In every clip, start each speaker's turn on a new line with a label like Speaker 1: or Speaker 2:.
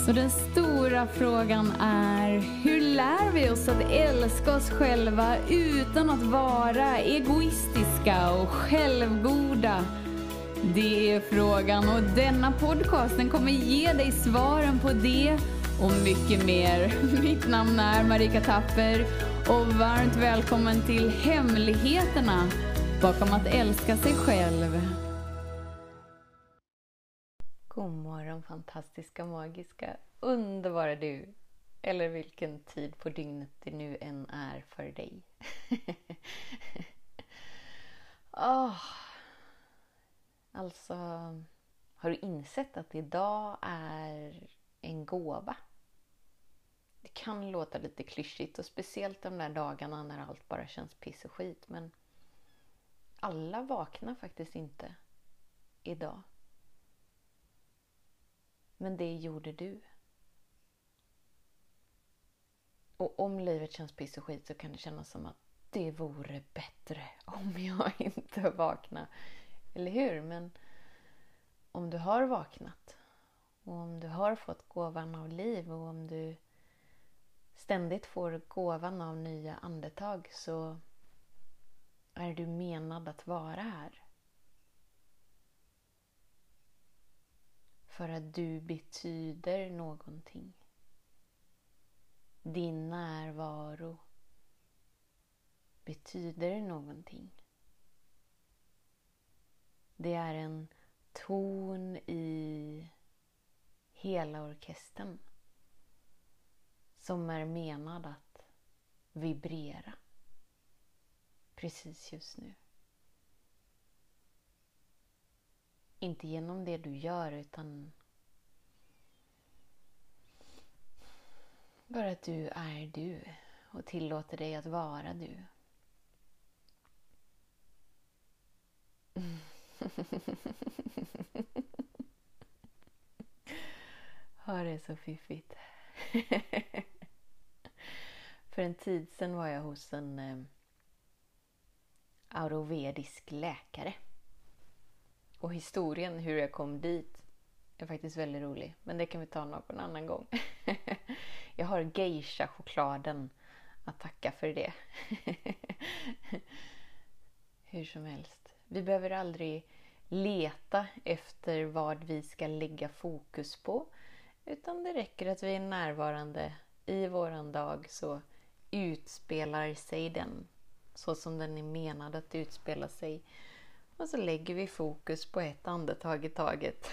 Speaker 1: Så den stora frågan är, hur lär vi oss att älska oss själva utan att vara egoistiska och självgoda? Det är frågan, och denna podcasten kommer ge dig svaren på det och mycket mer. Mitt namn är Marika Tapper och varmt välkommen till Hemligheterna bakom att älska sig själv. God morgon, fantastiska, magiska, underbara du. Eller vilken tid på dygnet det nu än är för dig. Alltså, har du insett att idag är en gåva? Det kan låta lite klyschigt, och speciellt de där dagarna när allt bara känns piss och skit. Men alla vaknar faktiskt inte idag. Men det gjorde du. Och om livet känns piss och skit så kan det kännas som att det vore bättre om jag inte vaknar. Eller hur? Men om du har vaknat och om du har fått gåvan av liv och om du ständigt får gåvan av nya andetag, så är du menad att vara här. För att du betyder någonting. Din närvaro betyder någonting. Det är en ton i hela orkestern som är menad att vibrera precis just nu. Inte genom det du gör, utan bara att du är du och tillåter dig att vara du. Ja, det är så fiffigt. För en tid sedan var jag hos en ayurvedisk läkare. Och historien hur jag kom dit är faktiskt väldigt rolig. Men det kan vi ta någon annan gång. Jag har geisha-chokladen att tacka för det. Hur som helst. Vi behöver aldrig leta efter vad vi ska lägga fokus på. Utan det räcker att vi är närvarande i våran dag, så utspelar sig den så som den är menad att utspela sig. Och så lägger vi fokus på ett andetag i taget.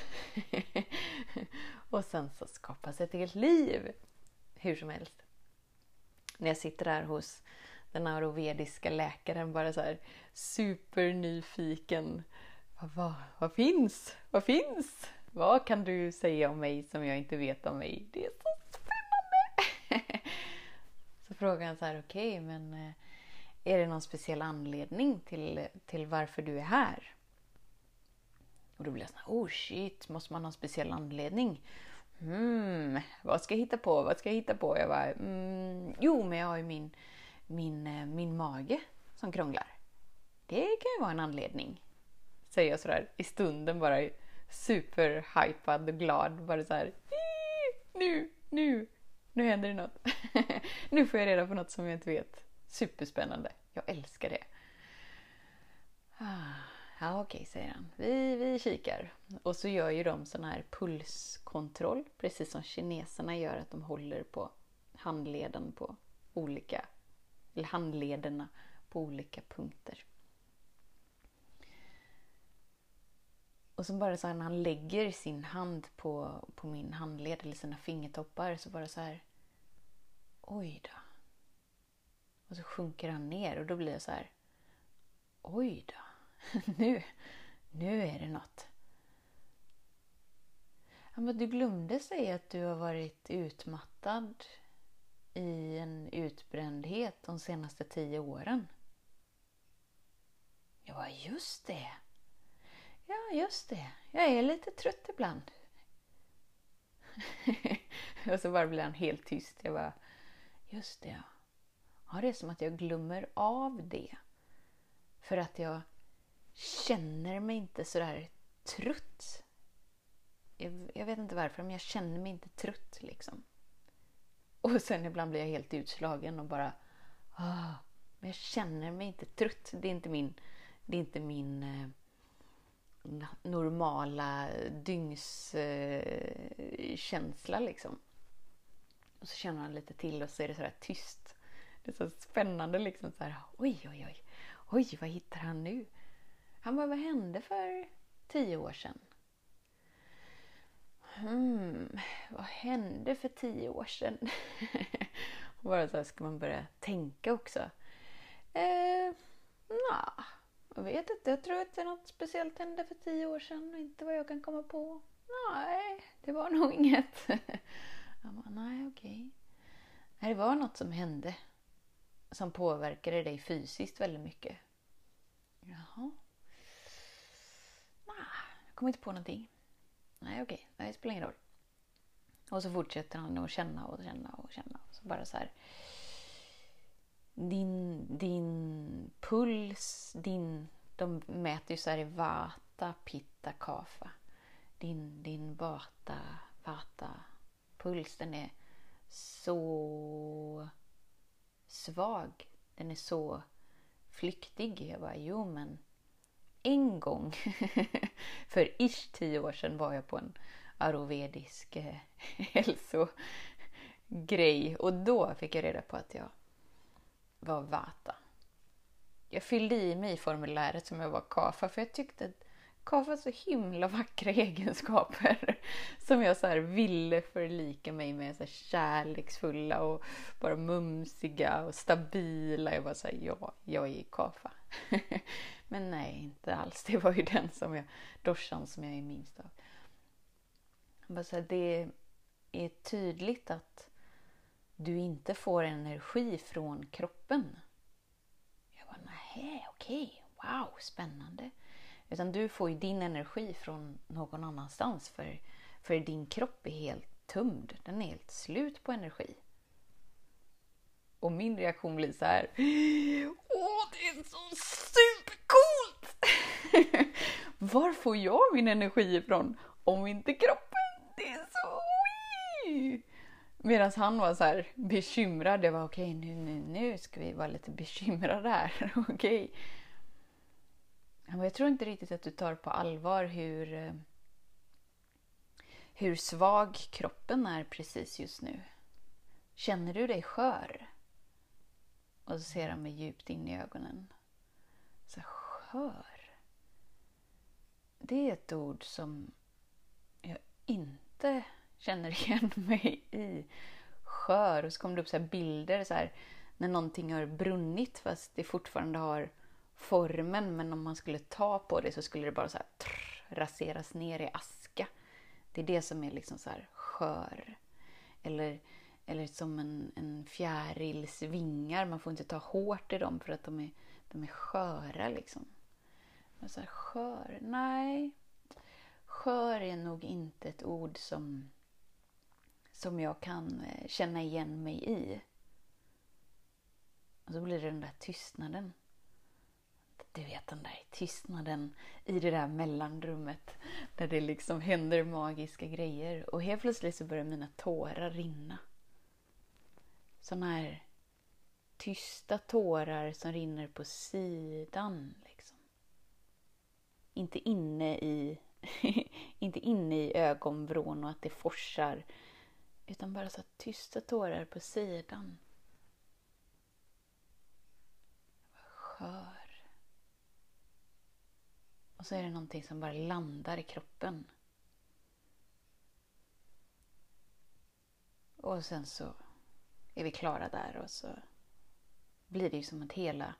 Speaker 1: Och sen så skapas ett helt liv. Hur som helst. När jag sitter där hos den ayurvediska läkaren, bara så här supernyfiken. Vad finns? Vad finns? Vad kan du säga om mig som jag inte vet om mig? Det är så spännande. Så frågar han så här, okej, men är det någon speciell anledning till varför du är här? Och då blir jag så här, shit, måste man ha en speciell anledning? Vad ska jag hitta på? Vad ska jag hitta på? Jag bara, men jag har ju min mage som krånglar. Det kan ju vara en anledning. Säger jag sådär i stunden, bara superhypad och glad. Bara så här, nu händer det något. Nu får jag reda på något som jag inte vet. Superspännande. Jag älskar det. Ja, okej, säger han. Vi kikar. Och så gör ju de sån här pulskontroll. Precis som kineserna gör, att de håller på handlederna på olika punkter. Och så bara så här, när han lägger sin hand på min handled eller sina fingertoppar, så bara så här, oj då. Och så sjunker han ner och då blir jag så här, oj då. nu är det något. Ja, men du glömde säga att du har varit utmattad i en utbrändhet de senaste 10 åren. Jag var just det. Ja, just det. Jag är lite trött ibland. Och så bara blir han helt tyst. Jag bara, just det, ja. Ja, det är som att jag glömmer av det. För att jag känner mig inte så där trött. Jag jag vet inte varför, men jag känner mig inte trött liksom. Och sen ibland blir jag helt utslagen och bara, men jag känner mig inte trött. Det är inte min normala dygnskänsla liksom. Och så känner han lite till och så är det så här tyst. Det är så spännande liksom så här, oj, vad hittar han nu? Han bara, vad hände för 10 år sedan? Vad hände för 10 år sedan? Bara så här ska man börja tänka också. Jag vet inte. Jag tror att det är något speciellt hände för 10 år sedan och inte vad jag kan komma på. Nej, det var nog inget. Jag bara, nej, okej. Det var något som hände som påverkade dig fysiskt väldigt mycket. Jaha. Jag kommer inte på någonting. Nej, okej. Det spelar ingen roll. Och så fortsätter han att känna. Och så bara så här. Din puls, de mäter ju så här i vata, pitta, kapha. Din vata puls, den är så svag. Den är så flyktig. Jag bara, men en gång för 10 år sedan var jag på en ayurvedisk hälsogrej och då fick jag reda på att jag var vata. Jag fyllde i mig formuläret som jag var kapha, för jag tyckte att kapha var så himla vackra egenskaper som jag så här ville förlika mig med, så här kärleksfulla och bara mumsiga och stabila. Jag var så här, jag är kapha. Men nej, inte alls. Det var ju doshan som jag är minst av. Bara så här, det är tydligt att du inte får energi från kroppen. Jag bara, nej, okej, wow, spännande. Utan du får ju din energi från någon annanstans, för din kropp är helt tömd. Den är helt slut på energi. Och min reaktion blir så här, det är så supercoolt! Var får jag min energi ifrån om inte kroppen? Det är så... Medan han var så här bekymrad. Det var okej, nu ska vi vara lite bekymrade här. Okej. Jag tror inte riktigt att du tar på allvar hur svag kroppen är precis just nu. Känner du dig skör? Och så ser han mig djupt in i ögonen. Så skör. Det är ett ord som jag inte känner igen mig i. Skör. Och så kommer det upp så här bilder så här, när någonting har brunnit fast det fortfarande har formen, men om man skulle ta på det så skulle det bara så här raseras ner i aska. Det är det som är liksom så här skör. Eller som en fjärils vingar. Man får inte ta hårt i dem för att de är sköra liksom. Men så här, skör? Nej. Skör är nog inte ett ord som jag kan känna igen mig i. Och så blir det den där tystnaden. Du vet, den där tystnaden i det där mellanrummet där det liksom händer magiska grejer. Och helt plötsligt så börjar mina tårar rinna. Såna här tysta tårar som rinner på sidan liksom. Inte inne i ögonvrån och att det forsar, utan bara så tysta tårar på sidan. Skör. Och så är det någonting som bara landar i kroppen. Och sen så är vi klara där och så blir det ju som att hela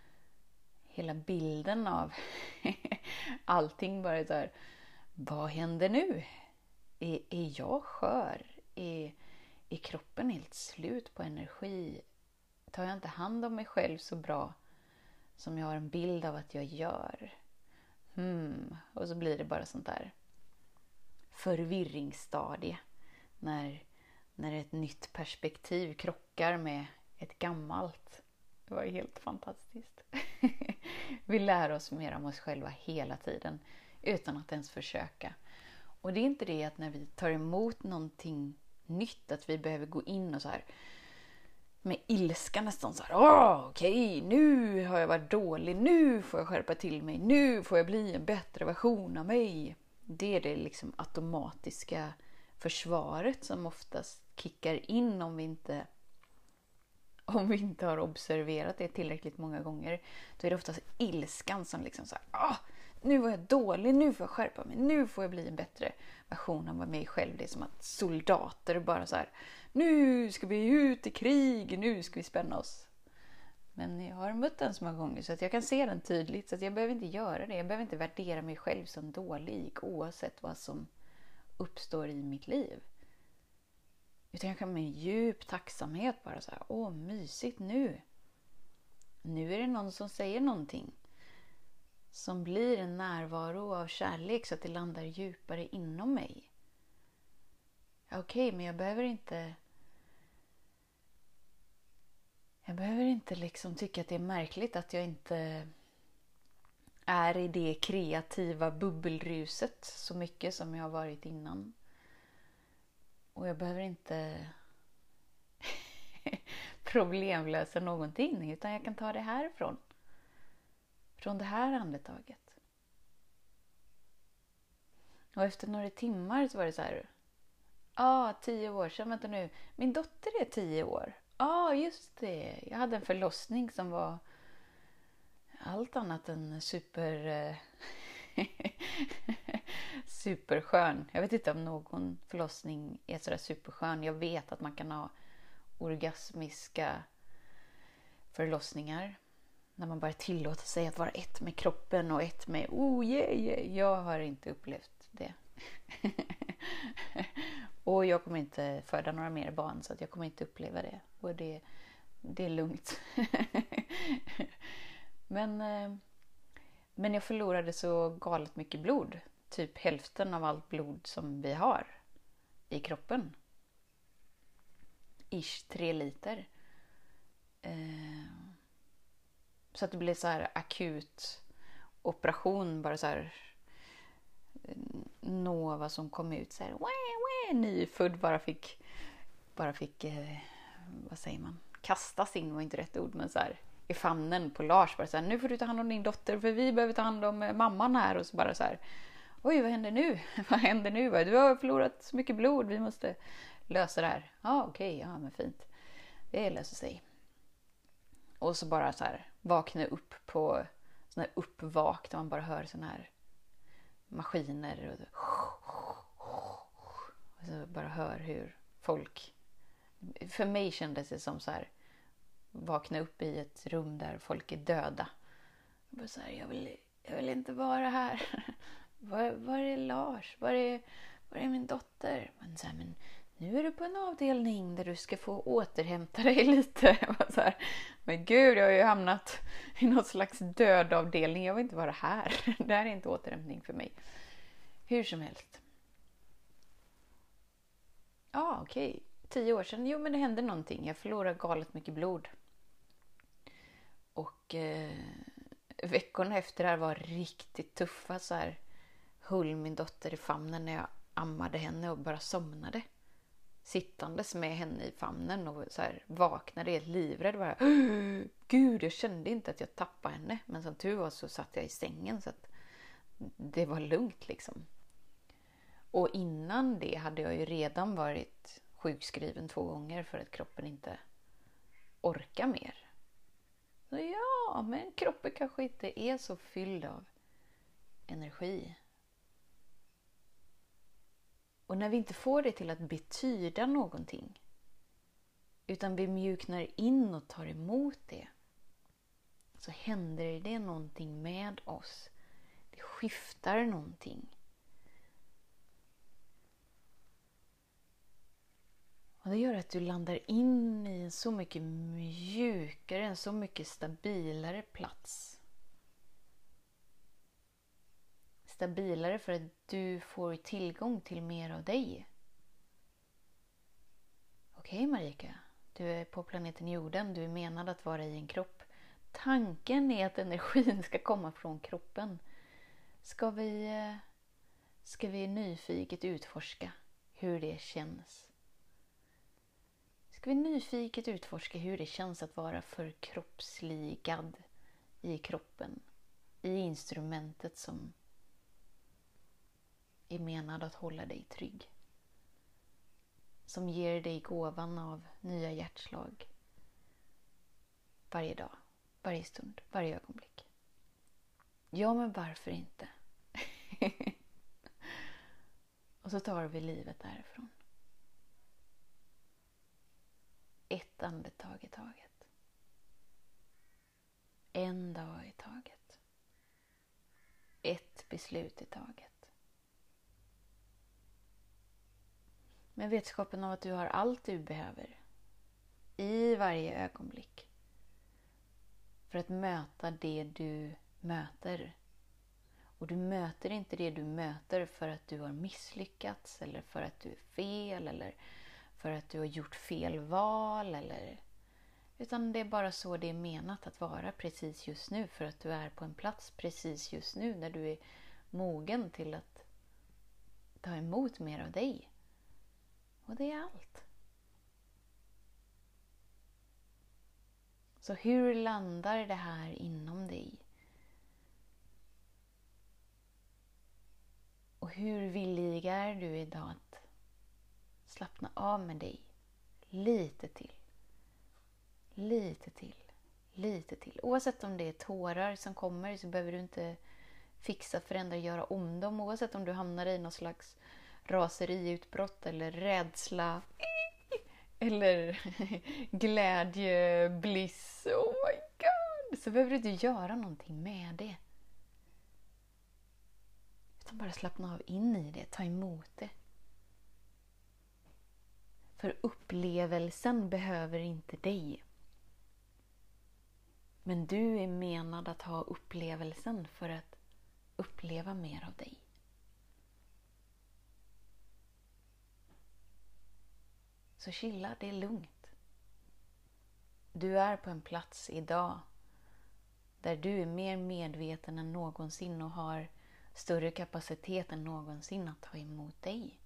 Speaker 1: bilden av allting bara så här, vad händer nu? Är jag skör? Är kroppen helt slut på energi? Tar jag inte hand om mig själv så bra som jag har en bild av att jag gör? Och så blir det bara sånt där förvirringsstadie när ett nytt perspektiv krockar med ett gammalt. Det var helt fantastiskt. Vi lär oss mer om oss själva hela tiden utan att ens försöka. Och det är inte det att när vi tar emot någonting nytt att vi behöver gå in och så här med ilska nästan så här. Okej, nu har jag varit dålig. Nu får jag skärpa till mig. Nu får jag bli en bättre version av mig. Det är det liksom automatiska försvaret som oftast kickar in om vi inte har observerat det tillräckligt många gånger. Då är det oftast ilskan som liksom så här. Nu var jag dålig, nu får jag skärpa mig, nu får jag bli en bättre version av mig själv. Det är som att soldater bara så här, nu ska vi ut i krig, nu ska vi spänna oss. Men jag har mött den så många gånger så att jag kan se den tydligt, så att jag behöver inte göra det. Jag behöver inte värdera mig själv som dålig oavsett vad som uppstår i mitt liv. Utan jag kan med djup tacksamhet bara så här, mysigt nu. Nu är det någon som säger någonting. Som blir en närvaro av kärlek så att det landar djupare inom mig. Okej, men jag behöver inte liksom tycka att det är märkligt att jag inte är i det kreativa bubbelruset så mycket som jag har varit innan. Och jag behöver inte problemlösa någonting, utan jag kan ta det härifrån. Från det här andetaget. Och efter några timmar så var det så här. 10 år sedan, vänta nu. Min dotter är 10 år. Just det. Jag hade en förlossning som var allt annat än superskön. Jag vet inte om någon förlossning är sådär superskön. Jag vet att man kan ha orgasmiska förlossningar. När man bara tillåter sig att vara ett med kroppen och ett med Jag har inte upplevt det. Och jag kommer inte föda några mer barn, så att jag kommer inte uppleva det. Och det är lugnt. Men jag förlorade så galet mycket blod. Typ hälften av allt blod som vi har i kroppen. Ish 3 liter. Så att det blev så här akut operation. Bara så här Nova som kom ut så här. Nyfödd bara fick vad säger man? Kastas in var inte rätt ord, men så här i famnen på Lars. Bara så här, nu får du ta hand om din dotter för vi behöver ta hand om mamman här. Och så bara så här, oj vad händer nu? Vad händer nu? Du har förlorat så mycket blod, vi måste lösa det här. Okej, men fint. Det löser sig. Och så bara så här vakna upp på sån här uppvak där man bara hör sån här maskiner och så bara hör hur folk, för mig kändes det som så här vakna upp i ett rum där folk är döda. Och bara så här, jag vill inte vara här. Var är Lars? Var är min dotter? Men så här, men nu är du på en avdelning där du ska få återhämta dig lite. Så här, men gud, jag har ju hamnat i något slags dödavdelning. Jag vill inte vara här. Det här är inte återhämtning för mig. Hur som helst. Okej. 10 år sedan. Jo, men det hände någonting. Jag förlorade galet mycket blod. Och veckorna efter det här var riktigt tuffa. Så här, höll min dotter i famnen när jag ammade henne och bara somnade. Sittandes med henne i famnen och så här vaknade helt livrädd. Bara, gud, jag kände inte att jag tappade henne. Men som tur var så satt jag i sängen så att det var lugnt liksom. Och innan det hade jag ju redan varit sjukskriven 2 gånger för att kroppen inte orkar mer. Så ja, men kroppen kanske inte är så fylld av energi. Och när vi inte får det till att betyda någonting, utan vi mjuknar in och tar emot det, så händer det någonting med oss. Det skiftar någonting. Och det gör att du landar in i en så mycket mjukare, en så mycket stabilare plats. Stabilare för att du får tillgång till mer av dig. Okej, Marika, du är på planeten jorden, du är menad att vara i en kropp. Tanken är att energin ska komma från kroppen. Ska vi ska vi nyfiket utforska hur det känns. Ska vi nyfiket utforska hur det känns att vara förkroppsligad i kroppen. I instrumentet som är menad att hålla dig trygg. Som ger dig gåvan av nya hjärtslag. Varje dag, varje stund, varje ögonblick. Ja, men varför inte? Och så tar vi livet därifrån. Ett andetag i taget. En dag i taget. Ett beslut i taget. Med vetskapen av att du har allt du behöver. I varje ögonblick. För att möta det du möter. Och du möter inte det du möter för att du har misslyckats. Eller för att du är fel. Eller för att du har gjort fel val. Utan det är bara så det är menat att vara precis just nu. För att du är på en plats precis just nu. När du är mogen till att ta emot mer av dig. Och det är allt. Så hur landar det här inom dig? Och hur villig är du idag att slappna av med dig? Lite till. Lite till. Lite till. Oavsett om det är tårar som kommer så behöver du inte fixa, förändra, göra om dem. Oavsett om du hamnar i någon slags raseriutbrott eller rädsla. Eller glädje, bliss. Oh my god. Så behöver du inte göra någonting med det. Utan bara slappna av in i det. Ta emot det. För upplevelsen behöver inte dig. Men du är menad att ha upplevelsen för att uppleva mer av dig. Så chilla, det är lugnt. Du är på en plats idag där du är mer medveten än någonsin och har större kapacitet än någonsin att ta emot dig.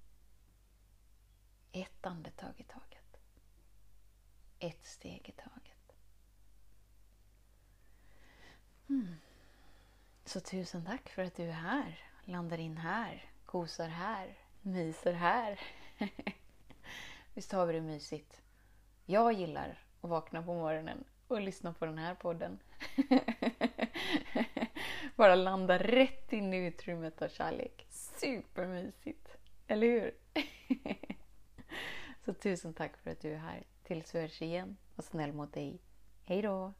Speaker 1: Ett andetag i taget. Ett steg i taget. Så tusen tack för att du är här. Landar in här. Gosar här. Myser här. Visst har vi det mysigt. Jag gillar att vakna på morgonen och lyssna på den här podden. Bara landa rätt in i utrymmet av kärlek. Supermysigt. Eller hur? Så tusen tack för att du är här. Tills vi hörs igen. Och snäll mot dig. Hej då!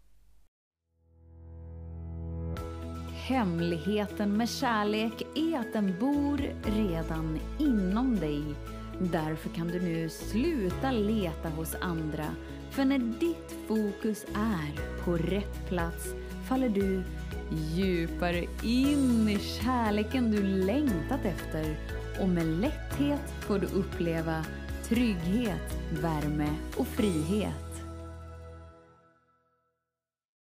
Speaker 2: Hemligheten med kärlek är att den bor redan inom dig. Därför kan du nu sluta leta hos andra. För när ditt fokus är på rätt plats faller du djupare in i kärleken du längtat efter. Och med lätthet får du uppleva trygghet, värme och frihet.